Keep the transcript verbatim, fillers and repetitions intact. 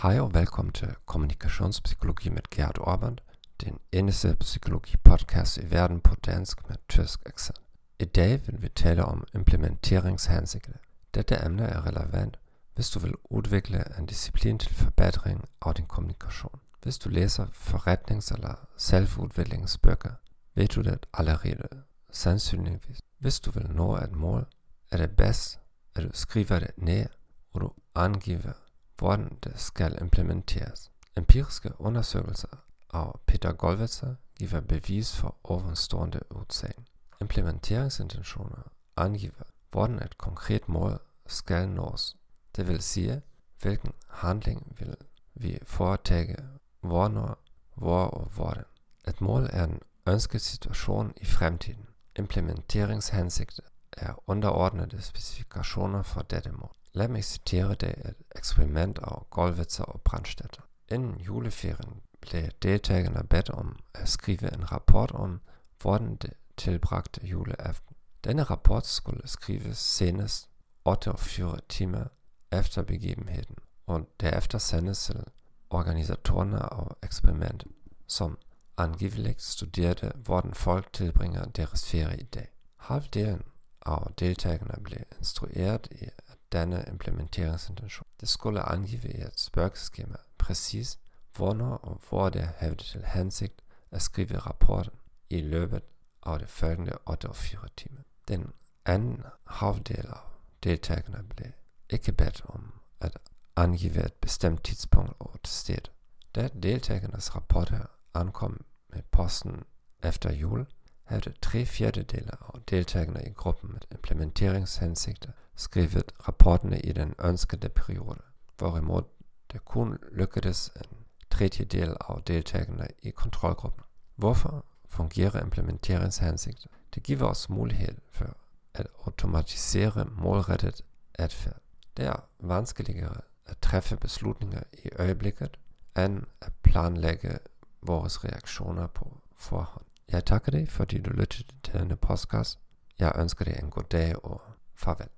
Hej og velkommen til Kommunikationspsykologi med Gert Orband, den eneste psykologi-podcast i verden på dansk med tysk accent. I dag vil vi tale om implementeringshensigter. Dette emne er relevant, hvis du vil udvikle en disciplin til forbedring af din kommunikation. Hvis du læser forretnings- eller selvudviklingsbøger, ved du det allerede sandsynligvis. Hvis du vil nå et mål, er det bedst, at du skriver det ned, og du angiver, hvordan det skal implementeres. Empiriske undersøgelser af Peter Gollwitzer giver bevis for ovenstående udsagn. Implementeringsintentioner angiver, hvordan et konkret mål skal nås. Det vil sige, hvilken handling vil vi foretage, hvornår, hvor og hvordan. Et mål er en ønsket situation i fremtiden. Implementeringshensigter er underordnede specifikationer for dette mål. Lad mig citere det et eksperiment af Gollwitzer og Brandstätter. Inden juleferien blev deltagerne bedt om at skrive en rapport om, hvordan de tilbragte juleaften. Denne rapport skulle skrives senest otteogfyrre timer efter begivenheden, og derefter sendes til organisatorerne af eksperimentet, som angiveligt studerede, hvordan folk tilbringer deres ferie i dag. Halvdelen af deltagerne blev instrueret i denne implementeringsintention. Det skulle angive i et spørgeskema præcis, hvornår og hvor det havde til hensigt at skrive rapporten i løbet af de følgende otteogfyrre timer. Den anden halvdel af deltagerne blev ikke bedt om at angive et bestemt tidspunkt og et sted. Da deltagernes rapporter ankom med posten efter jul, havde tre fjerdedele af deltagerne i gruppen med implementeringshensigter skrevet rapporterne i den ønskede periode, hvorimod det kun lykkedes en tredjedel af deltagerne i kontrolgruppen. Hvorfor fungerer implementeringshensigter? Det giver os mulighed for at automatisere målrettet adfærd. Det er vanskeligere at træffe beslutninger i øjeblikket, end at planlægge vores reaktioner på forhånd. Jeg takker dig, fordi du lyttede til denne podcast. Jeg ønsker dig en god dag og farvel.